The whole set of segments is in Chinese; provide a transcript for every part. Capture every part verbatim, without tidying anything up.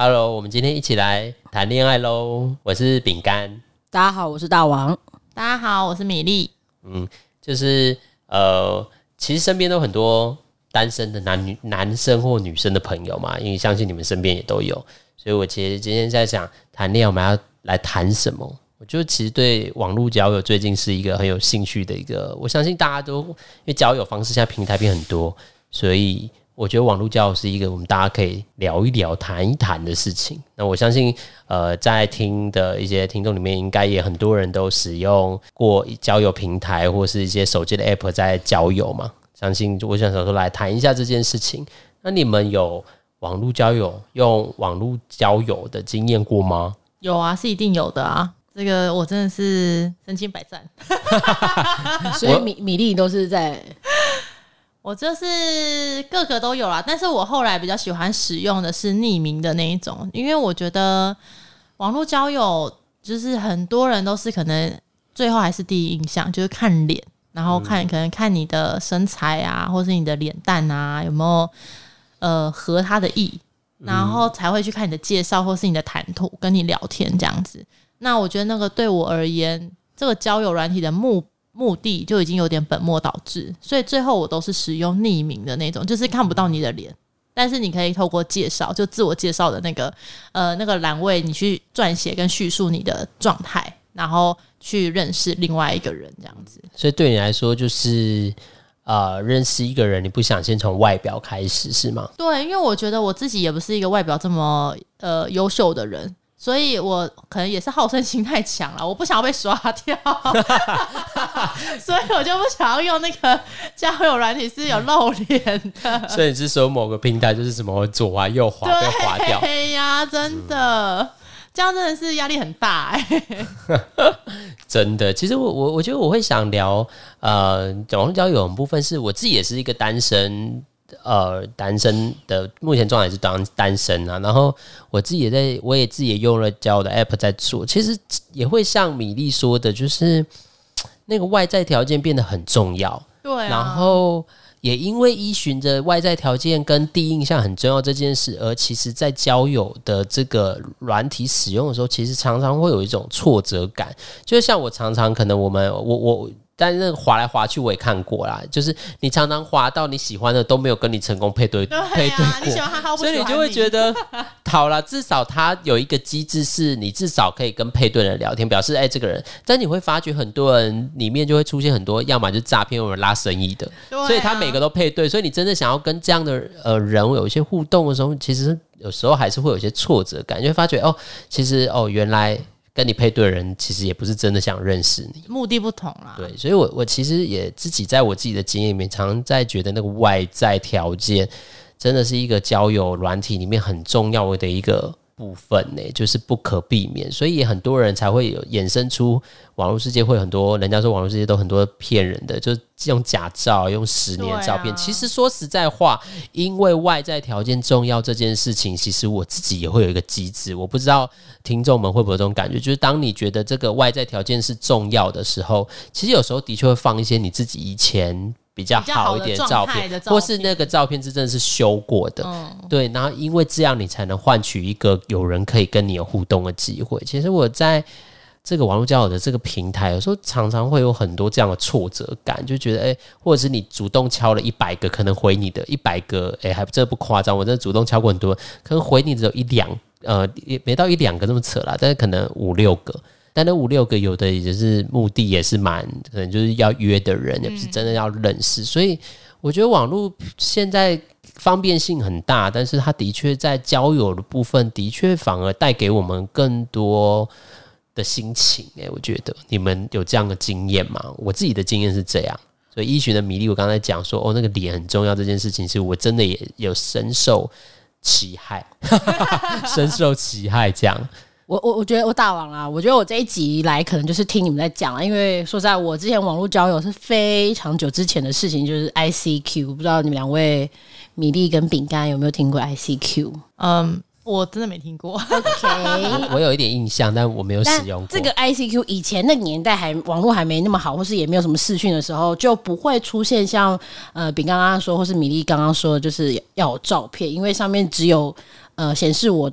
Hello， 我们今天一起来谈恋爱咯。我是饼干。 大家好，我是大王。 大家好，我是米粒。 嗯，就是呃，其实身边都很多单身的男女男生或女生的朋友嘛，因为相信你们身边也都有，所以我其实今天在想谈恋爱我们要来谈什么。我觉得其实对网络交友最近是一个很有兴趣的一个，我相信大家都因为交友方式现在平台变很多，所以我觉得网络交友是一个我们大家可以聊一聊、谈一谈的事情。那我相信，呃，在听的一些听众里面，应该也很多人都使用过交友平台或是一些手机的 App 在交友嘛。相信我想说来谈一下这件事情。那你们有网络交友、用网络交友的经验过吗？ 有啊，是一定有的啊。这个我真的是身经百战。 所以米米粒都是在。 我就是各个都有啦，但是我后来比较喜欢使用的是匿名的那一种，因为我觉得网络交友就是很多人都是可能最后还是第一印象就是看脸，然后看、嗯、可能看你的身材啊，或是你的脸蛋啊有没有呃合他的意，然后才会去看你的介绍或是你的谈吐，跟你聊天这样子。那我觉得那个对我而言，这个交友软体的目目的就已经有点本末倒置，所以最后我都是使用匿名的那种，就是看不到你的脸，但是你可以透过介绍，就自我介绍的那个呃那个栏位，你去撰写跟叙述你的状态，然后去认识另外一个人这样子。 所以对你来说，就是呃认识一个人，你不想先从外表开始是吗？ 对，因为我觉得我自己也不是一个外表这么呃优秀的人。所以我可能也是好胜心太强了，我不想要被刷掉所以我就不想要用那个交友软体是有露脸的。 所以你是说某个平台就是什么左滑右滑被滑掉？ 对呀，真的、嗯、这样真的是压力很大哎、欸。 真的，其实我我我觉得我会想聊呃网络交友的部分，是我自己也是一个单身。呃，单身的目前状态是当单身啊，然后我自己也在，我也自己也用了交友的 app 在做，其实也会像米粒说的，就是那个外在条件变得很重要， 对啊， 然后也因为依循着外在条件跟第一印象很重要这件事，而其实在交友的这个软体使用的时候，其实常常会有一种挫折感，就像我常常可能我们我我。但是那个滑来滑去我也看过啦，就是你常常滑到你喜欢的都没有跟你成功配对， 对啊、 配对过， 你喜欢他，他不喜欢你， 所以你就会觉得好啦，至少他有一个机制是你至少可以跟配对人聊天，表示哎、欸、这个人，但你会发觉很多人里面就会出现很多，要么就是诈骗，或者拉生意的、啊，所以他每个都配对，所以你真的想要跟这样的呃人有一些互动的时候，其实有时候还是会有一些挫折感，就会发觉哦，其实哦原来。跟你配对的人其实也不是真的想认识你， 目的不同啦。 对，所以我我其实也自己在我自己的经验里面，常常在觉得那个外在条件真的是一个交友软体里面很重要的一个部分呢，就是不可避免，所以很多人才会有衍生出网络世界会有很多，人家说网络世界都很多骗人的，就是用假照、用十年照片、啊。其实说实在话，因为外在条件重要这件事情，其实我自己也会有一个机制，我不知道听众们会不会有这种感觉，就是当你觉得这个外在条件是重要的时候，其实有时候的确会放一些你自己以前。比较好一点的照片，或是那个照片是真的是修过的、嗯，对，然后因为这样你才能换取一个有人可以跟你有互动的机会。其实我在这个网络交友的这个平台，有时候常常会有很多这样的挫折感，就觉得哎、欸，或者是你主动敲了一百个，可能回你的一百个，哎、欸，还真的不夸张，我真的主动敲过很多，可能回你只有一两，呃，也没到一两个那么扯啦，但是可能五六个。但那五六个有的也就是目的也是蛮可能就是要约的人，也不是真的要认识、嗯、所以我觉得网络现在方便性很大，但是它的确在交友的部分的确反而带给我们更多的心情、欸、我觉得你们有这样的经验吗？我自己的经验是这样，所以依循的米粒我刚才讲说哦那个脸很重要这件事情，是我真的也有深受其害深受其害这样。 我我我觉得我大王啦，我觉得我这一集来可能就是听你们在讲啦，因为说实在，我之前网络交友是非常久之前的事情，就是 I C Q， 不知道你们两位米粒跟饼干有没有听过 I C Q？ 嗯，我真的没听过。 OK， 我有一点印象，但我没有使用过。 这个 I C Q 以前那个年代还网络还没那么好，或是也没有什么视讯的时候，就不会出现像呃饼干刚刚说，或是米粒刚刚说的，就是要有照片，因为上面只有呃显示我的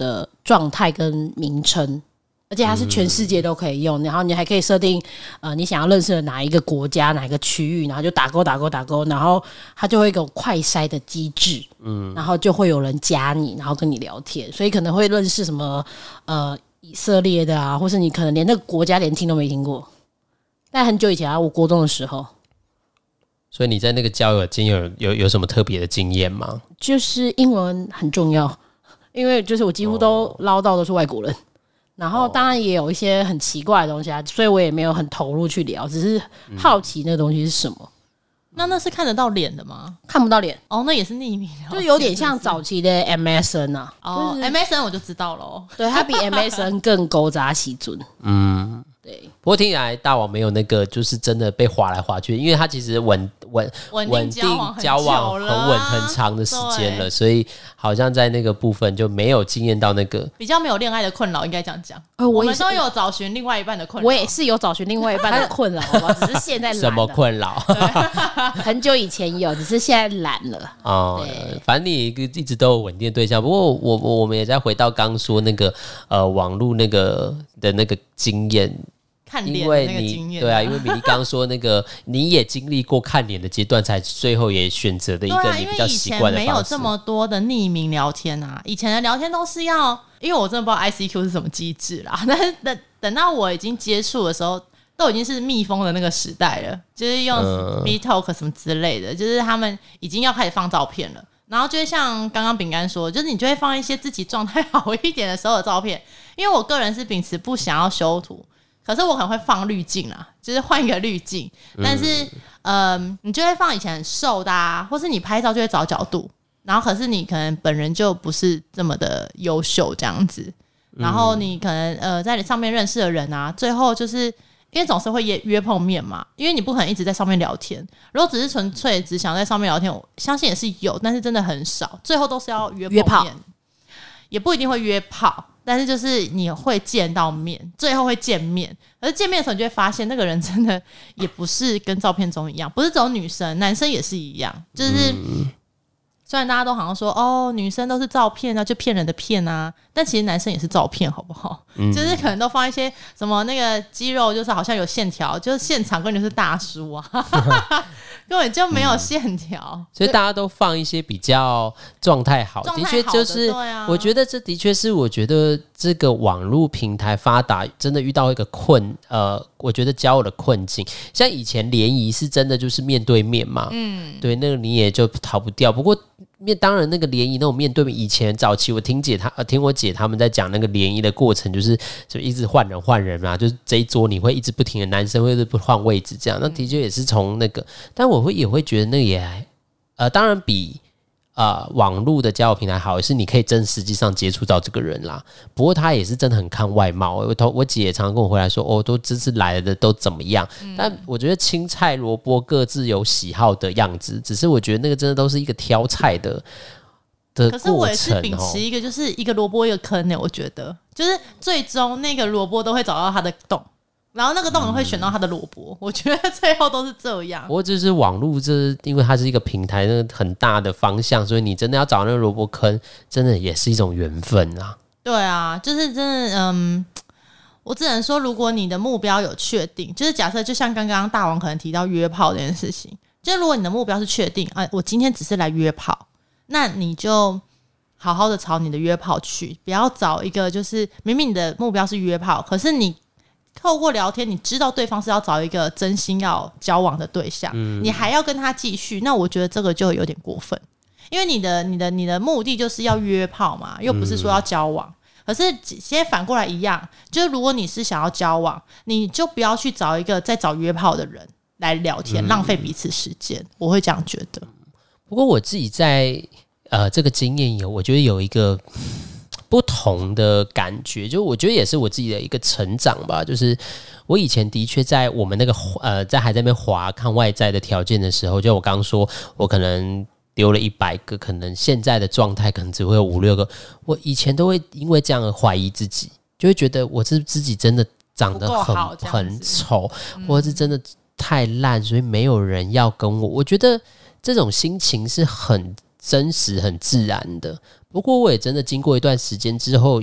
状态跟名称。而且它是全世界都可以用，然后你还可以设定，呃，你想要认识的哪一个国家、哪一个区域，然后就打勾、打勾、打勾，然后它就会有快筛的机制，嗯，然后就会有人加你，然后跟你聊天，所以可能会认识什么呃以色列的啊，或是你可能连那个国家连听都没听过。但很久以前啊，我国中的时候， 所以你在那个交友经有有有什么特别的经验吗？ 就是英文很重要，因为就是我几乎都捞到都是外国人。然后当然也有一些很奇怪的东西啊，所以我也没有很投入去聊，只是好奇那个东西是什么。嗯、 那那是看得到脸的吗？ 看不到脸哦，那也是匿名聊天， 就有点像早期的 M S N 啊。 哦、 就是、 M S N 我就知道了， 对，它比 M S N 更勾扎细准。嗯，对。 不过听起来大王没有那个，就是真的被划来划去，因为他其实稳稳稳定交往很稳很长的时间了，所以好像在那个部分就没有经验到那个比较没有恋爱的困扰，应该这样讲。 呃， 我们都有找寻另外一半的困扰， 我也是有找寻另外一半的困扰，好吧？只是现在懒了。 什么困扰？ 很久以前有，只是现在懒了。哦， 反正你一直都有稳定的对象。不过我我们也再回到刚说那个呃网络那个的那个经验。 看脸的那个经验、啊， 对啊，因为米莉刚说那个你也经历过看脸的阶段，才最后也选择的一个你比较习惯的方式。 因为以前没有这么多的匿名聊天啊，以前的聊天都是要，因为我真的不知道 I C Q 是什么机制啦。但是等等到我已经接触的时候，都已经是蜜蜂的那个时代了，就是用 MeTalk 什么之类的，就是他们已经要开始放照片了。然后就会像刚刚饼干说，就是你就会放一些自己状态好一点的时候的照片，因为我个人是秉持不想要修图。可是我可能会放滤镜啦，就是换一个滤镜，但是嗯、呃，你就会放以前很瘦的啊，或是你拍照就会找角度，然后可是你可能本人就不是这么的优秀这样子，然后你可能呃在你上面认识的人啊，最后就是因为总是会约约碰面嘛，因为你不可能一直在上面聊天，如果只是纯粹只想在上面聊天，我相信也是有，但是真的很少，最后都是要约碰面，约炮也不一定会约炮。但是就是你会见到面，最后会见面，可是见面的时候你就会发现那个人真的也不是跟照片中一样，不是只有女生，男生也是一样，就是虽然大家都好像说哦女生都是照片啊，就骗人的骗啊，但其实男生也是照片好不好、嗯、就是可能都放一些什么那个肌肉就是好像有线条，就是现场根本就是大叔啊根本就没有线条、嗯、 所以大家都放一些比较状态好，的确就是、啊、我觉得这的确是我觉得这个网络平台发达真的遇到一个困呃，我觉得交友的困境，像以前联谊是真的就是面对面嘛，嗯，对，那个你也就逃不掉。不过面当然那个联谊那种面对面，以前早期我听姐她、呃、听我姐他们在讲那个联谊的过程，就是就一直换人换人嘛，就是这一桌你会一直不停的男生会一直不换位置这样，那的确也是从那个，但我会也会觉得那个也呃，当然比呃网络的交友平台好，也是你可以真实际上接触到这个人啦。不过他也是真的很看外貌，我我姐也常常跟我回来说，哦，都这次来的都怎么样？嗯、但我觉得青菜萝卜各自有喜好的样子，只是我觉得那个真的都是一个挑菜的。 可是我也是秉持一个就是一个萝卜一个坑呢、欸，我觉得就是最终那个萝卜都会找到它的洞，然后那个洞会选到它的萝卜、嗯，我觉得最后都是这样。不过就是网络，这因为它是一个平台，那个很大的方向，所以你真的要找那个萝卜坑，真的也是一种缘分啊。 对啊，就是真的，嗯，我只能说，如果你的目标有确定，就是假设就像刚刚大王可能提到约炮这件事情，就是如果你的目标是确定，啊，我今天只是来约炮。那你就好好的朝你的约炮去，不要找一个就是明明你的目标是约炮，可是你透过聊天你知道对方是要找一个真心要交往的对象、嗯、你还要跟他继续，那我觉得这个就有点过分，因为你的你的你的目的就是要约炮嘛，又不是说要交往、嗯、可是现在反过来一样，就是如果你是想要交往，你就不要去找一个在找约炮的人来聊天、嗯、浪费彼此时间，我会这样觉得。 不过我自己在呃这个经验有，我觉得有一个不同的感觉，就我觉得也是我自己的一个成长吧。就是我以前的确在我们那个呃在还在那边滑看外在的条件的时候，就我刚刚说我可能丢了一百个，可能现在的状态可能只会有五六个，我以前都会因为这样而怀疑自己，就会觉得我是自己真的长得很很丑，或者是真的太烂，所以没有人要跟我。我觉得这种心情是很真实很自然的，不过我也真的经过一段时间之后，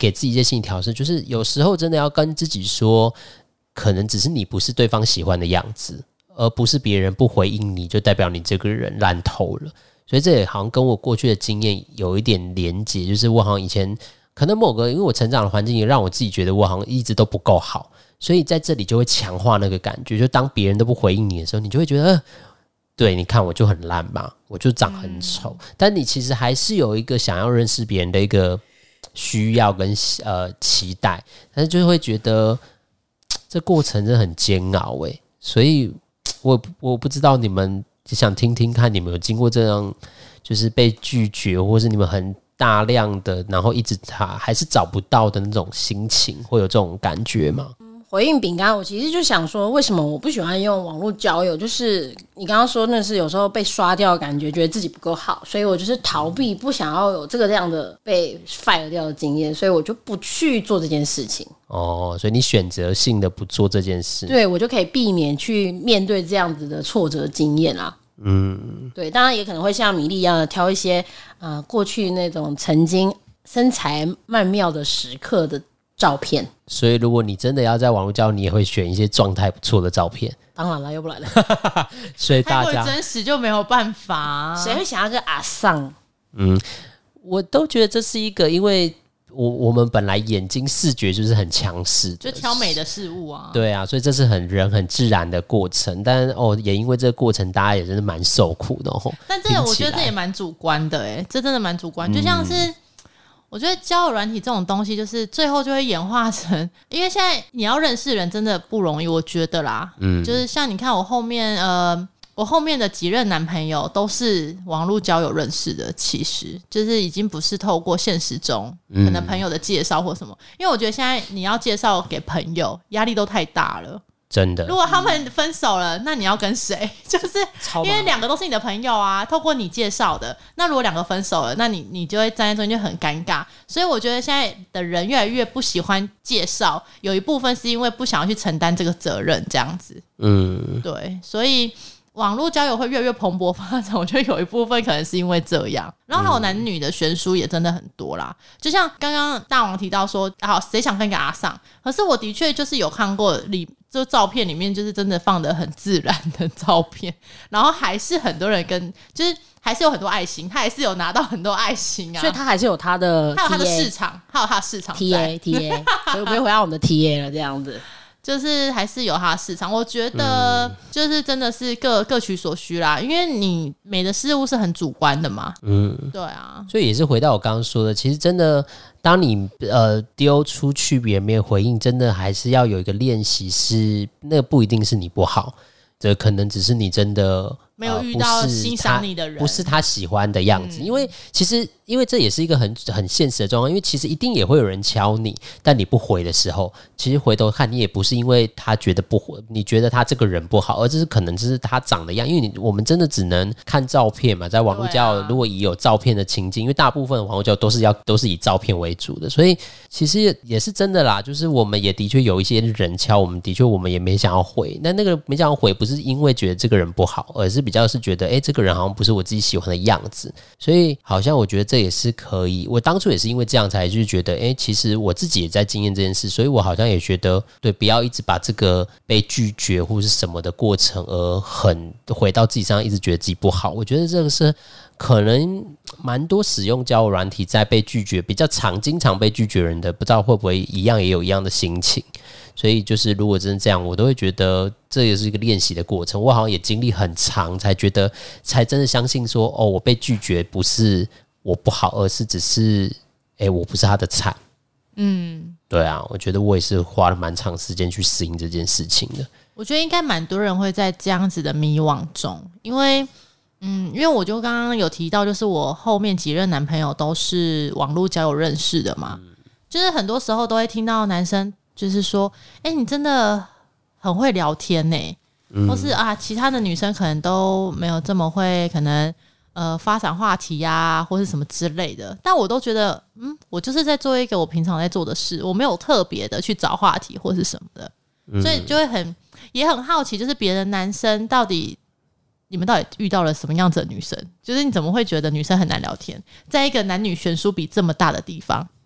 给自己一些心理调试，就是有时候真的要跟自己说，可能只是你不是对方喜欢的样子，而不是别人不回应你就代表你这个人烂透了。所以这也好像跟我过去的经验有一点连结，就是我好像以前可能某个因为我成长的环境也让我自己觉得我好像一直都不够好，所以在这里就会强化那个感觉，就当别人都不回应你的时候，你就会觉得、呃、对，你看我就很烂嘛，我就长很丑、嗯、但你其实还是有一个想要认识别人的一个需要跟呃期待，但是就会觉得这过程真的很煎熬欸，所以我我不知道你们想听听看，你们有经过这样就是被拒绝，或是你们很大量的然后一直他还是找不到的那种心情，会有这种感觉吗？ 回应饼干，我其实就想说，为什么我不喜欢用网络交友？就是你刚刚说那是有时候被刷掉的感觉，觉得自己不够好，所以我就是逃避，不想要有这个这样的被 fire 掉的经验，所以我就不去做这件事情。 哦，所以你选择性的不做这件事， 对，我就可以避免去面对这样子的挫折经验啦。嗯，对，当然也可能会像米粒一样的挑一些呃过去那种曾经身材曼妙的时刻的照片。 所以如果你真的要在网络交友，你也会选一些状态不错的照片。 当然了，又不然了。 所以大家太过真实就没有办法、啊， 谁会想要跟阿桑？ 嗯，我都觉得这是一个，因为我我们本来眼睛视觉就是很强势的， 就挑美的事物啊。 对啊，所以这是很人很自然的过程。但哦，也因为这个过程，大家也真的蛮受苦的哦。 但这个我觉得这也蛮主观的哎，这真的蛮主观，就像是。嗯，我觉得交友软体这种东西，就是最后就会演化成，因为现在你要认识人真的不容易，我觉得啦，嗯，就是像你看我后面，呃，我后面的几任男朋友都是网络交友认识的，其实就是已经不是透过现实中可能朋友的介绍或什么，因为我觉得现在你要介绍给朋友，压力都太大了。 真的， 如果他们分手了，那你要跟谁？就是因为两个都是你的朋友啊，透过你介绍的。那如果两个分手了，那你你就会站在中间就很尴尬。所以我觉得现在的人越来越不喜欢介绍，有一部分是因为不想要去承担这个责任，这样子。嗯，对，所以网络交友会越来越蓬勃发展，我觉得有一部分可能是因为这样。然后还有男女的悬殊也真的很多啦，就像刚刚大王提到说，好，谁想跟一个阿桑？可是我的确就是有看过里。就照片里面就是真的放得很自然的照片，然后还是很多人跟，就是还是有很多爱心，他还是有拿到很多爱心啊， 所以他还是有他的 T A， 他有他的市场，还有他的市场 T A T A， 所以我们又回到我们的 T A 了，这样子。 就是还是有它的市场，我觉得就是真的是各各取所需啦，因为你美的事物是很主观的嘛，嗯，对啊， 所以也是回到我刚刚说的，其实真的，当你呃丢出去别人没有回应，真的还是要有一个练习，是那个不一定是你不好，这可能只是你真的没有遇到欣赏你的人、呃、 不是他喜欢的样子、嗯、因为其实因为这也是一个很很现实的状况，因为其实一定也会有人敲你，但你不回的时候，其实回头看你也不是因为他觉得不回，你觉得他这个人不好，而这是可能就是他长得样，因为你我们真的只能看照片嘛，在网络交友、啊、如果以有照片的情境，因为大部分网络交友都是要都是以照片为主的，所以其实也是真的啦，就是我们也的确有一些人敲我们，的确我们也没想要回，那那个没想要回不是因为觉得这个人不好，而是比较是觉得哎、欸，这个人好像不是我自己喜欢的样子，所以好像我觉得这也是可以，我当初也是因为这样才就是觉得哎、欸，其实我自己也在经验这件事，所以我好像也觉得对，不要一直把这个被拒绝或是什么的过程而很回到自己身上，一直觉得自己不好，我觉得这个是可能蛮多使用交友软体在被拒绝比较常经常被拒绝人的，不知道会不会一样也有一样的心情，所以就是如果真的这样，我都会觉得这也是一个练习的过程，我好像也经历很长才觉得才真的相信说哦，我被拒绝不是我不好，而是只是哎、欸，我不是他的菜。嗯，对啊，我觉得我也是花了蛮长时间去适应这件事情的。 我觉得应该蛮多人会在这样子的迷惘中，因为嗯，因为我就刚刚有提到，就是我后面几任男朋友都是网络交友认识的嘛、嗯、就是很多时候都会听到男生就是说哎、欸，你真的很会聊天耶、欸嗯、或是啊，其他的女生可能都没有这么会可能呃发展话题啊或是什么之类的，但我都觉得嗯，我就是在做一个我平常在做的事，我没有特别的去找话题或是什么的、嗯、所以就会很也很好奇，就是别的男生到底你们到底遇到了什么样子的女生，就是你怎么会觉得女生很难聊天，在一个男女悬殊比这么大的地方。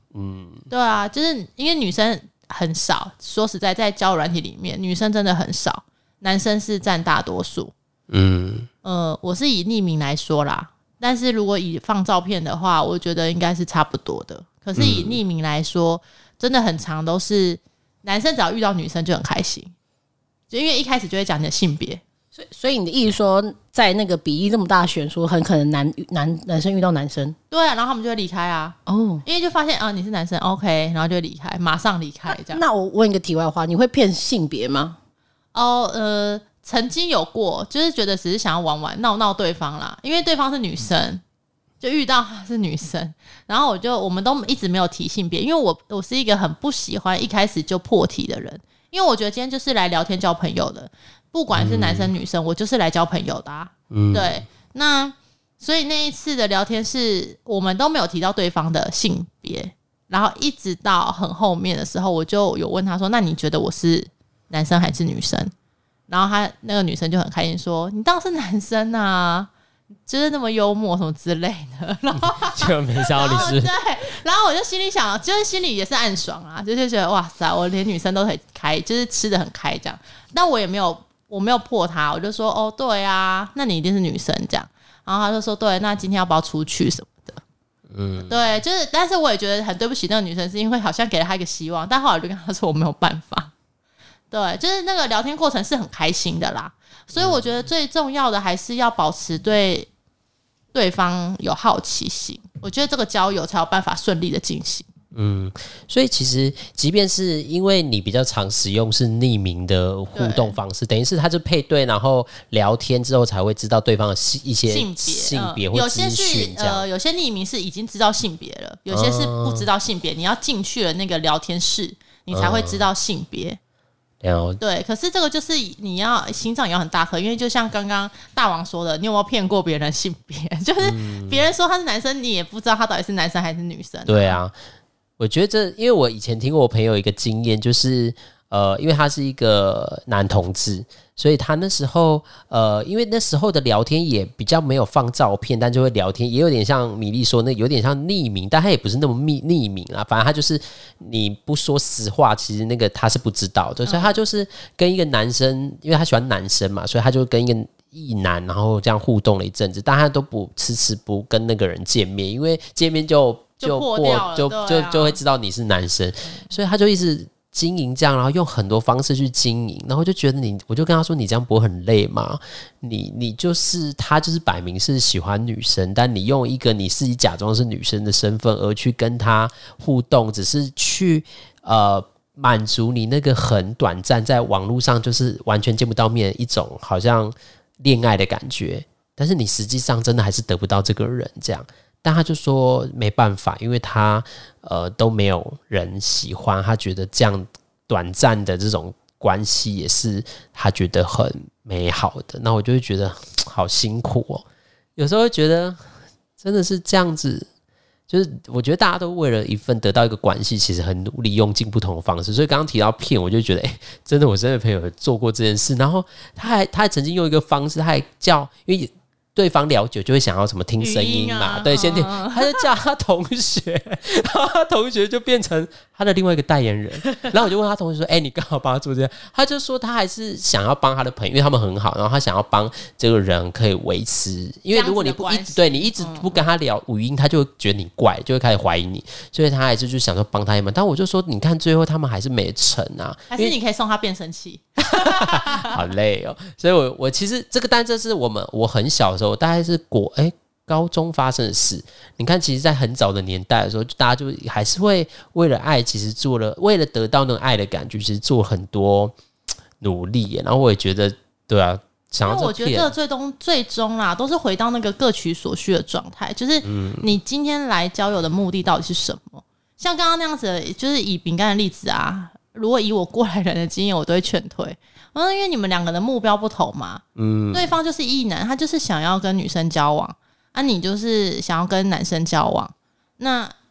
嗯， 对啊，就是因为女生很少，说实在，在交友软体里面，女生真的很少，男生是占大多数。 嗯， 呃，我是以匿名来说啦，但是如果以放照片的话，我觉得应该是差不多的。可是以匿名来说，嗯、真的很常都是男生只要遇到女生就很开心，就因为一开始就会讲你的性别。 所以，所以你的意思说，在那个比例这么大的悬殊，很可能男男男生遇到男生， 对啊，然后他们就会离开啊。哦，因为就发现啊，你是男生 ，OK， 然后就会离开，马上离开这样。 那我问一个题外话，你会骗性别吗？ 哦，呃，曾经有过，就是觉得只是想要玩玩闹闹对方啦，因为对方是女生，就遇到她是女生，然后我就我们都一直没有提性别，因为我我是一个很不喜欢一开始就破题的人，因为我觉得今天就是来聊天交朋友的。不管是男生女生、嗯、我就是来交朋友的啊、嗯、对，那所以那一次的聊天是我们都没有提到对方的性别，然后一直到很后面的时候我就有问他说，那你觉得我是男生还是女生？然后他那个女生就很开心说，你当然是男生啊，就是那么幽默什么之类的，然后就没想到你是对，然后我就心里想，就是心里也是暗爽啊，就是觉得哇塞，我连女生都可以开，就是吃得很开这样，但我也没有我没有破他，我就说哦对啊，那你一定是女生这样，然后他就说对，那今天要不要出去什么的，嗯，对，就是但是我也觉得很对不起那个女生，是因为好像给了她一个希望，但后来我就跟她说我没有办法，对，就是那个聊天过程是很开心的啦，所以我觉得最重要的还是要保持对对方有好奇心，我觉得这个交友才有办法顺利的进行。 嗯，所以其实即便是因为你比较常使用是匿名的互动方式，等于是他就配对，然后聊天之后才会知道对方的一些性别、 性别或资讯这样、 呃。有些匿名是已经知道性别了，有些是不知道性别，你要进去了那个聊天室，你才会知道性别。 嗯、 对，可是这个就是你要心脏也要很大颗，因为就像刚刚大王说的，你有没有骗过别人性别？就是别人说他是男生，你也不知道他到底是男生还是女生、啊。 对啊。我觉得这，因为我以前听过我朋友一个经验，就是呃，因为他是一个男同志，所以他那时候呃，因为那时候的聊天也比较没有放照片，但就会聊天，也有点像米粒说那有点像匿名，但他也不是那么匿匿名啊，反正他就是你不说实话，其实那个他是不知道的，所以他就是跟一个男生，因为他喜欢男生嘛，所以他就跟一个异男，然后这样互动了一阵子，但他都不迟迟不跟那个人见面，因为见面就。 就破掉了， 就就就会知道你是男生，所以他就一直经营这样，然后用很多方式去经营，然后就觉得你，我就跟他说，你这样不会很累吗？你你就是他就是摆明是喜欢女生，但你用一个你自己假装是女生的身份而去跟他互动，只是去呃满足你那个很短暂在网络上就是完全见不到面的一种好像恋爱的感觉，但是你实际上真的还是得不到这个人这样。但他就说没办法，因为他呃都没有人喜欢，他觉得这样短暂的这种关系也是他觉得很美好的。那我就会觉得好辛苦哦，有时候会觉得真的是这样子，就是我觉得大家都为了一份得到一个关系，其实很努力用尽不同的方式。所以刚刚提到骗，我就觉得哎、欸，真的我身边的朋友有做过这件事，然后他还他还曾经用一个方式，他还叫因为。对方聊久就会想要什么听声音嘛， 啊、 对，先听，他就叫他同学，然后他同学就变成他的另外一个代言人。然后我就问他同学说：“哎、欸，你刚好帮他做这样？”他就说他还是想要帮他的朋友，因为他们很好，然后他想要帮这个人可以维持，因为如果你不一直对你一直不跟他聊语音，他就会觉得你怪，就会开始怀疑你，所以他还是就想说帮他一忙。但我就说，你看最后他们还是没成啊， 还是你可以送他变声器。 好累哦，所以我我其实这个，但这是我们我很小的时候，大概是国哎、欸、高中发生的事。你看，其实，在很早的年代的时候，大家就还是会为了爱，其实做了为了得到那种爱的感觉，其实做很多努力耶。然后我也觉得，对啊，想要这因为我觉得这个最终最终啦，都是回到那个各取所需的状态，就是你今天来交友的目的到底是什么？像刚刚那样子的，就是以饼干的例子啊。如果以我过来人的经验，我都会劝退。嗯，因为你们两个的目标不同嘛，嗯，对方就是异男，他就是想要跟女生交往，啊，你就是想要跟男生交往。那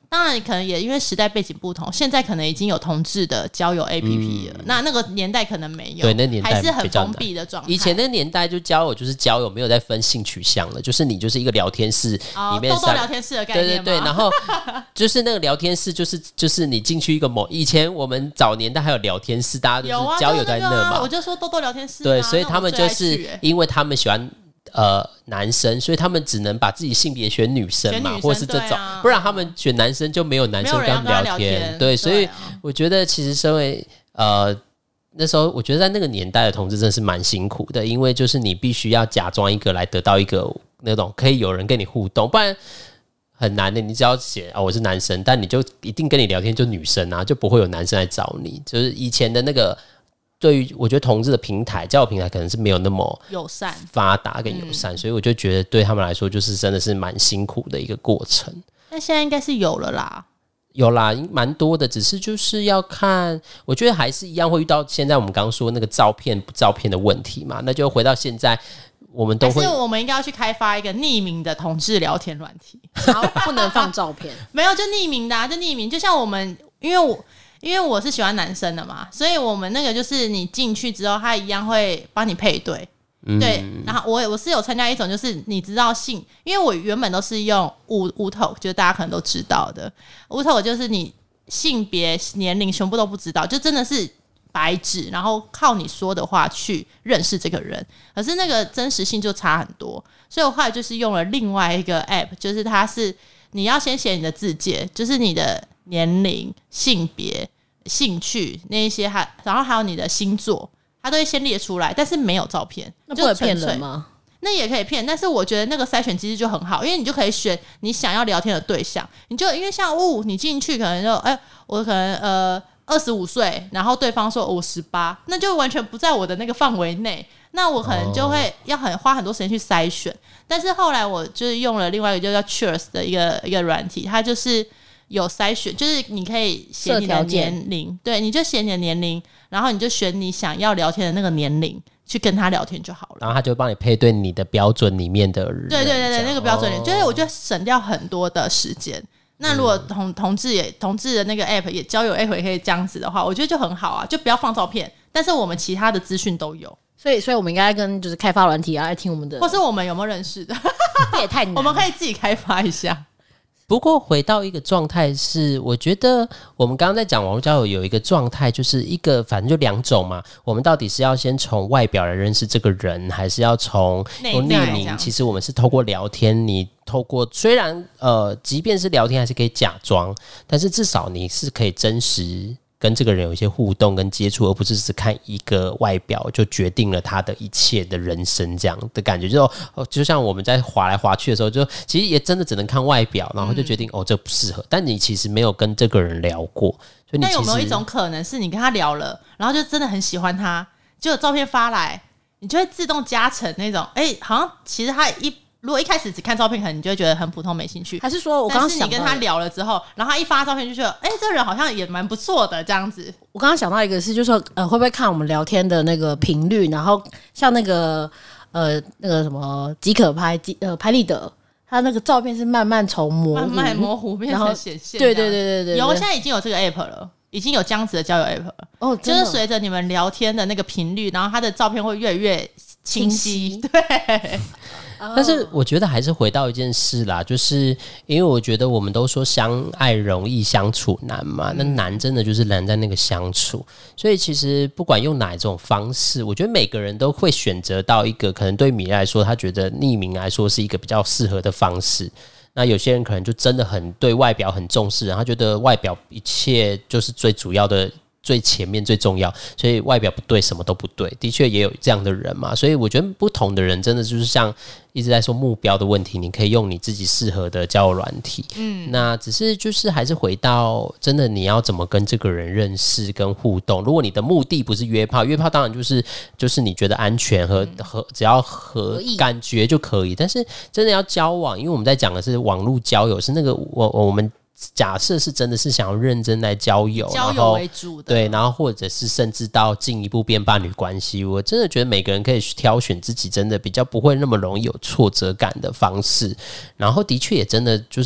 当然可能也因为时代背景不同，现在可能已经有同志的交友 A P P 了、嗯、那那个年代可能没有， 对，那年代还是很封闭的状态。 以前那年代就交友就是交友，没有在分性取向了，就是你就是一个聊天室里面、 哦、豆豆聊天室的概念吗？ 对对对，然后就是那个聊天室就是就是你进去一个某，以前我们早年代还有聊天室，大家就是交友在那嘛， 有啊、那个啊、我就说豆豆聊天室、啊、 对，所以他们就是欸、 因为他们喜欢呃，男生，所以他们只能把自己性别选女生嘛， 生或是这种、啊，不然他们选男生就没有男生跟他们聊天。 聊天对，所以我觉得其实身为呃那时候，我觉得在那个年代的同志真的是蛮辛苦的，因为就是你必须要假装一个来得到一个那种可以有人跟你互动，不然很难的。你只要写啊、哦、我是男生，但你就一定跟你聊天就女生啊，就不会有男生来找你。就是以前的那个。对于我觉得同志的平台交友平台可能是没有那么友善发达跟友善、嗯、所以我就觉得对他们来说就是真的是蛮辛苦的一个过程。 但现在应该是有了啦， 有啦，蛮多的，只是就是要看，我觉得还是一样会遇到现在我们刚刚说那个照片不照片的问题嘛，那就回到现在我们都会， 还是我们应该要去开发一个匿名的同志聊天软体， 然后不能放照片没有就匿名的啊，就匿名，就像我们因为我因为我是喜欢男生的嘛，所以我们那个就是你进去之后他一样会帮你配对、嗯、对，然后我我是有参加一种就是你知道性，因为我原本都是用无无头，就是大家可能都知道的无头，就是你性别年龄全部都不知道，就真的是白纸，然后靠你说的话去认识这个人，可是那个真实性就差很多，所以我后来就是用了另外一个 app， 就是它是你要先写你的自介，就是你的年龄、性别、兴趣那一些，还然后还有你的星座，它都会先列出来，但是没有照片。 那不会骗人吗？ 那也可以骗，但是我觉得那个筛选机制就很好，因为你就可以选你想要聊天的对象，你就因为像哦，你进去可能就哎、欸，我可能呃二十五岁，然后对方说我十八，那就完全不在我的那个范围内，那我可能就会要很花很多时间去筛选。但是后来我就是用了另外一个就叫 Cheers 的一个一个软体，它就是有筛选，就是你可以写你的年龄，对，你就写你的年龄，然后你就选你想要聊天的那个年龄去跟他聊天就好了， 然后他就会帮你配对你的标准里面的人， 对对对对，那个标准里、哦、就是我觉得省掉很多的时间。那如果同同志也同志的那个 app 也交友 app 也可以这样子的话，我觉得就很好啊，就不要放照片，但是我们其他的资讯都有， 所以所以我们应该跟就是开发软体啊来听我们的， 或是我们有没有认识的这也太难了， 我们可以自己开发一下。 不过回到一个状态是，我觉得我们刚刚在讲网络交友有一个状态，就是一个反正就两种嘛，我们到底是要先从外表来认识这个人，还是要从匿名？其实我们是透过聊天，你透过虽然呃，即便是聊天还是可以假装，但是至少你是可以真实跟这个人有一些互动跟接触，而不是只看一个外表就决定了他的一切的人生这样的感觉。就就像我们在滑来滑去的时候，就其实也真的只能看外表，然后就决定、嗯、哦这不适合，但你其实没有跟这个人聊过。所以你其实，那有没有一种可能是你跟他聊了，然后就真的很喜欢他，结果照片发来，你就会自动加成那种，哎、欸，好像其实他一。如果一开始只看照片，可能你就会觉得很普通没兴趣， 还是说我刚刚想到， 但是你跟他聊了之后，然后他一发照片就觉得哎、欸，这个人好像也蛮不错的这样子。 我刚刚想到一个是就是说呃会不会看我们聊天的那个频率，然后像那个呃那个什么即可拍呃拍立得，他那个照片是慢慢从模糊慢慢模糊变成显现， 对对对对 对, 对， 有现在已经有这个 app 了，已经有这样子的交友 app 了哦，就是随着你们聊天的那个频率，然后他的照片会越来越清晰，清晰对。 但是我觉得还是回到一件事啦，就是因为我觉得我们都说相爱容易相处难嘛，那难真的就是难在那个相处，所以其实不管用哪一种方式，我觉得每个人都会选择到一个可能对米来说他觉得匿名来说是一个比较适合的方式。那有些人可能就真的很对外表很重视，然后他觉得外表一切就是最主要的最前面最重要，所以外表不对什么都不对，的确也有这样的人嘛。所以我觉得不同的人真的就是像一直在说目标的问题，你可以用你自己适合的交友软体，嗯，那只是就是还是回到真的你要怎么跟这个人认识跟互动。如果你的目的不是约炮，约炮当然就是就是你觉得安全和和只要和感觉就可以，但是真的要交往，因为我们在讲的是网络交友，是那个我我们假设是真的是想要认真来交友， 交友为主的， 对，然后或者是甚至到进一步变伴侣关系，我真的觉得每个人可以挑选自己真的比较不会那么容易有挫折感的方式，然后的确也真的就是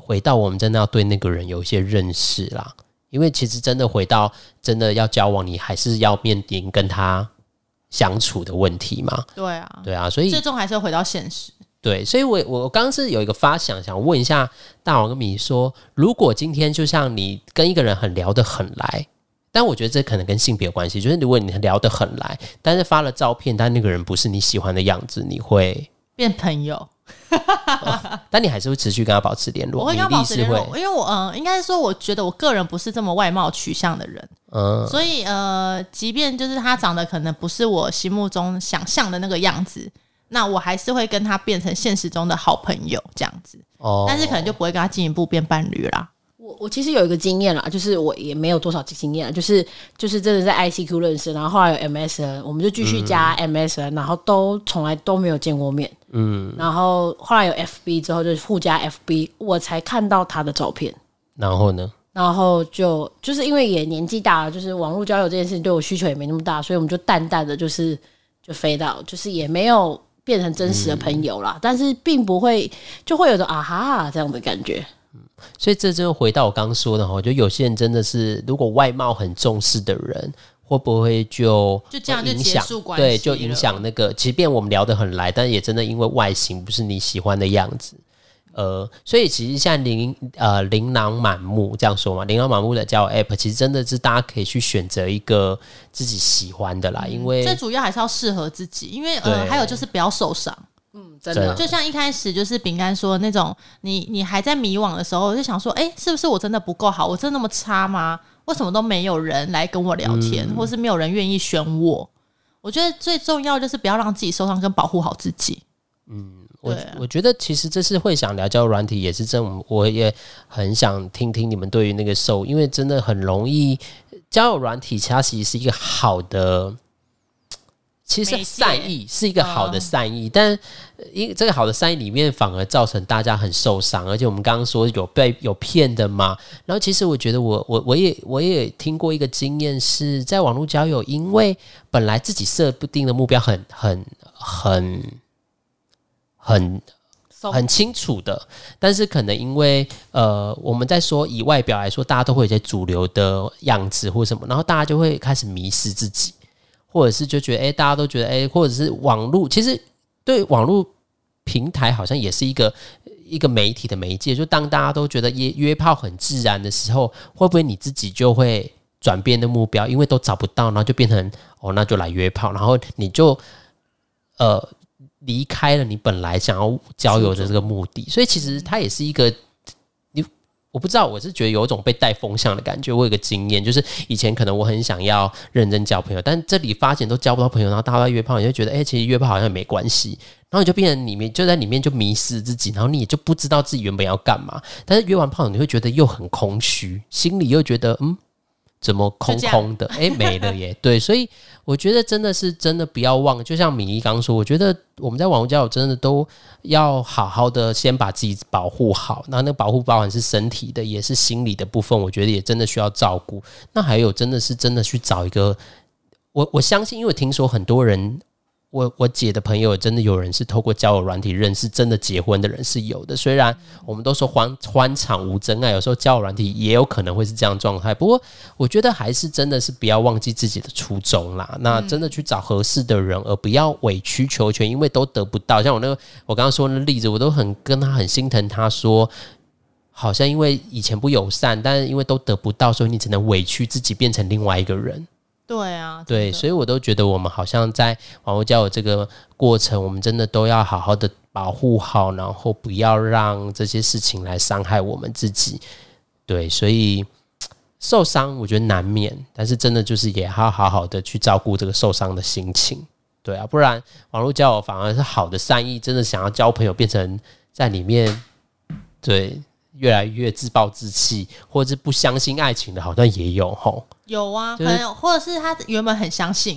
回到我们真的要对那个人有一些认识啦，因为其实真的回到真的要交往，你还是要面临跟他相处的问题嘛。 对啊， 对啊，所以最终还是会回到现实。 对，所以我我刚刚是有一个发想，想问一下大王跟米说，如果今天就像你跟一个人很聊得很来，但我觉得这可能跟性别有关系，就是如果你聊得很来，但是发了照片，但那个人不是你喜欢的样子，你会变朋友。 哦，但你还是会持续跟他保持联络。 我会跟他保持联络， 因为我嗯、呃，应该是说，我觉得我个人不是这么外貌取向的人，嗯，所以呃，即便就是他长得可能不是我心目中想象的那个样子，那我还是会跟他变成现实中的好朋友这样子。哦，但是可能就不会跟他进一步变伴侣啦。 我我其实有一个经验啦，就是我也没有多少经验啦，就是就是真的在 I C Q 认识，然后后来有 M S N， 我们就继续加 M S N，、嗯、然后都从来都没有见过面。嗯，然后后来有 F B 之后就互加 F B， 我才看到他的照片。 然后呢？ 然后就就是因为也年纪大了，就是网络交友这件事情对我需求也没那么大，所以我们就淡淡的就是就飞到，就是也没有变成真实的朋友啦。嗯、但是并不会就会有种啊哈这样的感觉。 所以这就回到我刚刚说的，我觉得有些人真的是，如果外貌很重视的人，会不会就就这样就结束关系？ 对，就影响那个，即便我们聊得很来，但也真的因为外形不是你喜欢的样子，呃，所以其实现在琳呃琳琅满目这样说嘛，琳琅满目的交友 App， 其实真的是大家可以去选择一个自己喜欢的啦，因为、 嗯、最主要还是要适合自己，因为呃还有就是不要受伤。 嗯，真的， 就像一开始就是饼干说的那种，你你还在迷惘的时候，我就想说，哎、欸，是不是我真的不够好？我真的那么差吗？为什么都没有人来跟我聊天，嗯、或是没有人愿意选我？我觉得最重要就是不要让自己受伤，跟保护好自己。 嗯，我我觉得其实这是会想聊交友软体，也是这种，我也很想听听你们对于那个受，因为真的很容易交友软体，它其实是一个好的。其实善意是一个好的善意，嗯、但因这个好的善意里面反而造成大家很受伤，而且我们刚刚说有被有骗的嘛。然后其实我觉得我我我也我也听过一个经验是在网络交友，因为本来自己设不定的目标很很很很很清楚的，但是可能因为呃我们在说以外表来说，大家都会有一些主流的样子或什么，然后大家就会开始迷失自己。或者是就觉得哎、欸，大家都觉得哎、欸，或者是网络，其实对网络平台好像也是一个一个媒体的媒介。就当大家都觉得约约炮很自然的时候，会不会你自己就会转变的目标？因为都找不到，然后就变成哦，那就来约炮，然后你就呃离开了你本来想要交友的这个目的。所以其实它也是一个。我不知道，我是觉得有一种被带风向的感觉。我有一个经验，就是以前可能我很想要认真交朋友，但这里发现都交不到朋友，然后大家都在约炮，你就觉得，哎、欸，其实约炮好像也没关系，然后你就变成里面就在里面就迷失自己，然后你也就不知道自己原本要干嘛。但是约完炮，你会觉得又很空虚，心里又觉得，嗯，怎么空空的？哎、欸，没了耶。对，所以我觉得真的是真的不要忘，就像米粒刚说，我觉得我们在网络交友真的都要好好的先把自己保护好，那那个保护包含是身体的，也是心理的部分，我觉得也真的需要照顾。那还有真的是真的去找一个，我我相信，因为我听说很多人。我我姐的朋友真的有人是透过交友软体认识，真的结婚的人是有的。虽然我们都说欢欢场无真爱，有时候交友软体也有可能会是这样状态。不过我觉得还是真的是不要忘记自己的初衷啦。那真的去找合适的人，而不要委曲求全，因为都得不到。像我那个我刚刚说的例子，我都很跟他很心疼。他说，好像因为以前不友善，但是因为都得不到，所以你只能委屈自己变成另外一个人。 对啊， 对，所以我都觉得我们好像在网络交友这个过程，我们真的都要好好的保护好，然后不要让这些事情来伤害我们自己。对，所以受伤我觉得难免，但是真的就是也要好好的去照顾这个受伤的心情。对啊，不然网络交友反而是好的善意，真的想要交朋友变成在里面，对，越来越自暴自弃，或者是不相信爱情的，好像也有吼。 有啊， 就是、 可能或者是他原本很相信，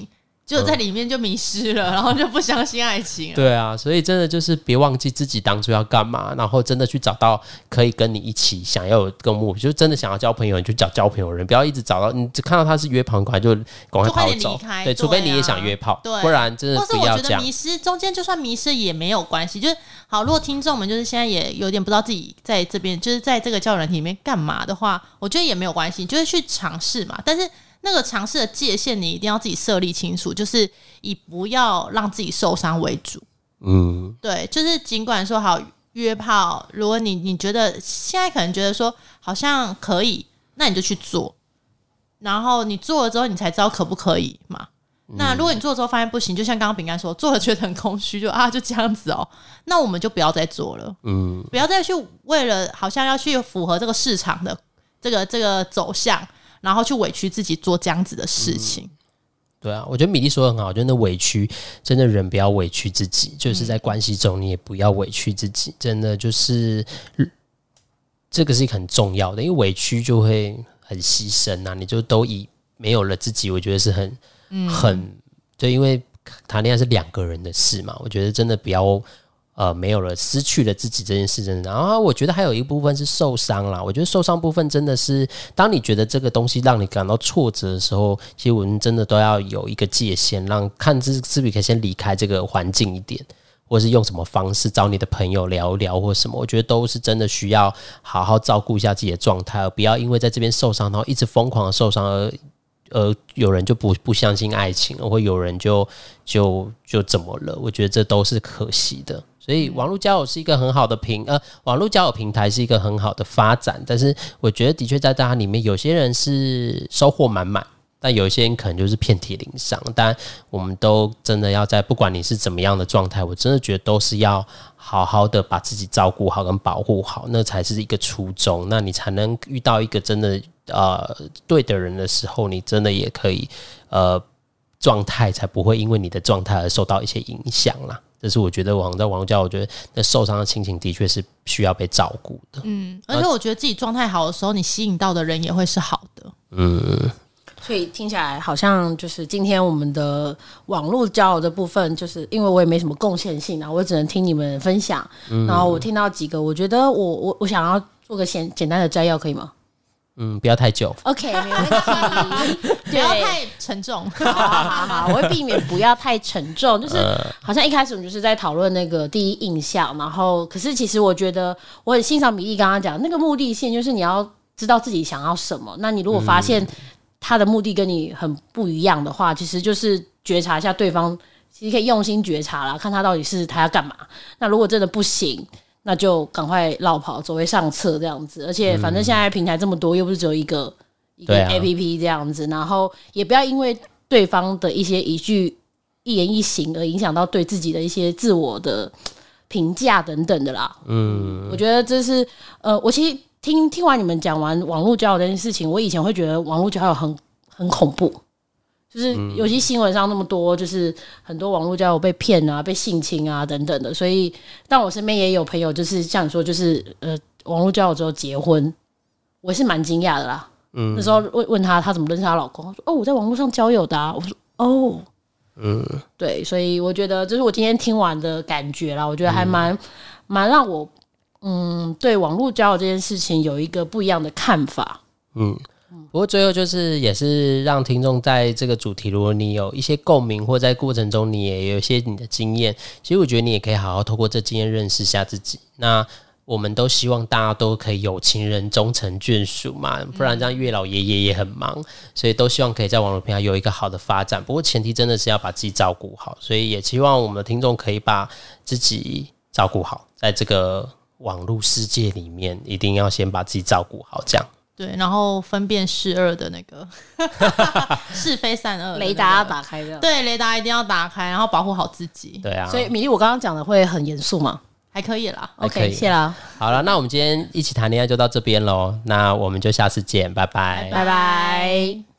就在里面就迷失了，嗯、然后就不相信爱情了。 对啊，所以真的就是别忘记自己当初要干嘛，然后真的去找到可以跟你一起想要有个目标，就真的想要交朋友，你就找交朋友的人，不要一直找到你只看到他是约炮，赶快就赶快跑走。对，除非你也想约炮， 对， 不然真的不要这样。 或是我觉得迷失中间就算迷失也没有关系，就是好。如果听众们就是现在也有点不知道自己在这边就是在这个交友软体里面干嘛的话，我觉得也没有关系，就是去尝试嘛。但是那个尝试的界限你一定要自己设立清楚，就是以不要让自己受伤为主。嗯，对，就是尽管说好约炮，如果你你觉得现在可能觉得说好像可以，那你就去做，然后你做了之后你才知道可不可以嘛。那如果你做了之后发现不行，就像刚刚饼干说，做了觉得很空虚，就啊就这样子哦，那我们就不要再做了。嗯，不要再去为了好像要去符合这个市场的这个这个走向，然后去委屈自己做这样子的事情。嗯， 对啊，我觉得米粒说的很好，真的委屈，真的人不要委屈自己，就是在关系中你也不要委屈自己，真的就是这个是很重要的，因为委屈就会很牺牲啊，你就都以没有了自己，我觉得是很。嗯，很对，因为谈恋爱是两个人的事嘛，我觉得真的不要呃没有了失去了自己这件事，真的。然后我觉得还有一部分是受伤啦，我觉得受伤部分真的是当你觉得这个东西让你感到挫折的时候，其实我们真的都要有一个界限，让看是是不是可以先离开这个环境一点，或是用什么方式找你的朋友聊一聊或什么，我觉得都是真的需要好好照顾一下自己的状态，而不要因为在这边受伤，然后一直疯狂的受伤而。呃，有人就不不相信爱情，或有人就就就怎么了？我觉得这都是可惜的。所以网络交友是一个很好的平呃，网络交友平台是一个很好的发展，但是我觉得的确在它里面，有些人是收获满满，但有些人可能就是遍体鳞伤。但我们都真的要在不管你是怎么样的状态，我真的觉得都是要好好的把自己照顾好跟保护好，那才是一个初衷，那你才能遇到一个真的。呃，对的人的时候，你真的也可以，呃，状态才不会因为你的状态而受到一些影响啦。这是我觉得网在网络交友，我觉得那受伤的亲情的确是需要被照顾的。嗯， 而且我觉得自己状态好的时候，你吸引到的人也会是好的。嗯， 所以听起来好像就是今天我们的网络交友的部分，就是因为我也没什么贡献性啊，我只能听你们分享。嗯、然后我听到几个，我觉得我我我想要做个简简单的摘要，可以吗？ 嗯，不要太久。 OK， 没问题。 不要太沉重。 好好好，我会避免不要太沉重。就是好像一开始我们就是在讨论那个第一印象，然后可是其实我觉得我很欣赏米粒刚刚讲那个目的性，就是你要知道自己想要什么。那你如果发现他的目的跟你很不一样的话，其实就是觉察一下对方，其实可以用心觉察啦，看他到底是他要干嘛。那如果真的不行，那就赶快绕跑，走为上策这样子。而且反正现在平台这么多，又不是只有一个一个 A P P 这样子，然后也不要因为对方的一些一句一言一行而影响到对自己的一些自我的评价等等的啦。嗯，我觉得这是呃，我其实听听完你们讲完网络交友这件事情，我以前会觉得网络交友很很恐怖。就是尤其新闻上那么多，就是很多网络交友被骗啊、被性侵啊等等的，所以但我身边也有朋友，就是像你说，就是呃，网络交友之后结婚，我是蛮惊讶的啦。嗯，那时候问问他，他怎么认识她老公，他说：“哦，我在网络上交友的啊。”我说：“哦，嗯，对。”所以我觉得这是我今天听完的感觉啦，我觉得还蛮蛮让我嗯对网络交友这件事情有一个不一样的看法。嗯。 不过最后就是也是让听众在这个主题，如果你有一些共鸣，或在过程中你也有一些你的经验，其实我觉得你也可以好好透过这经验认识下自己。那我们都希望大家都可以有情人终成眷属嘛，不然这样月老爷爷也很忙，所以都希望可以在网络平台有一个好的发展。不过前提真的是要把自己照顾好，所以也希望我们的听众可以把自己照顾好，在这个网络世界里面一定要先把自己照顾好，这样。 对，然后分辨是二的那个是非善恶、那個、 雷达要打开的， 对，雷达一定要打开，然后保护好自己。 对啊， 所以米粒，我刚刚讲的会很严肃吗？ 还可以啦 ，OK， 谢啦。 好了，那我们今天一起谈恋爱就到这边咯，那我们就下次见，拜拜， 拜拜。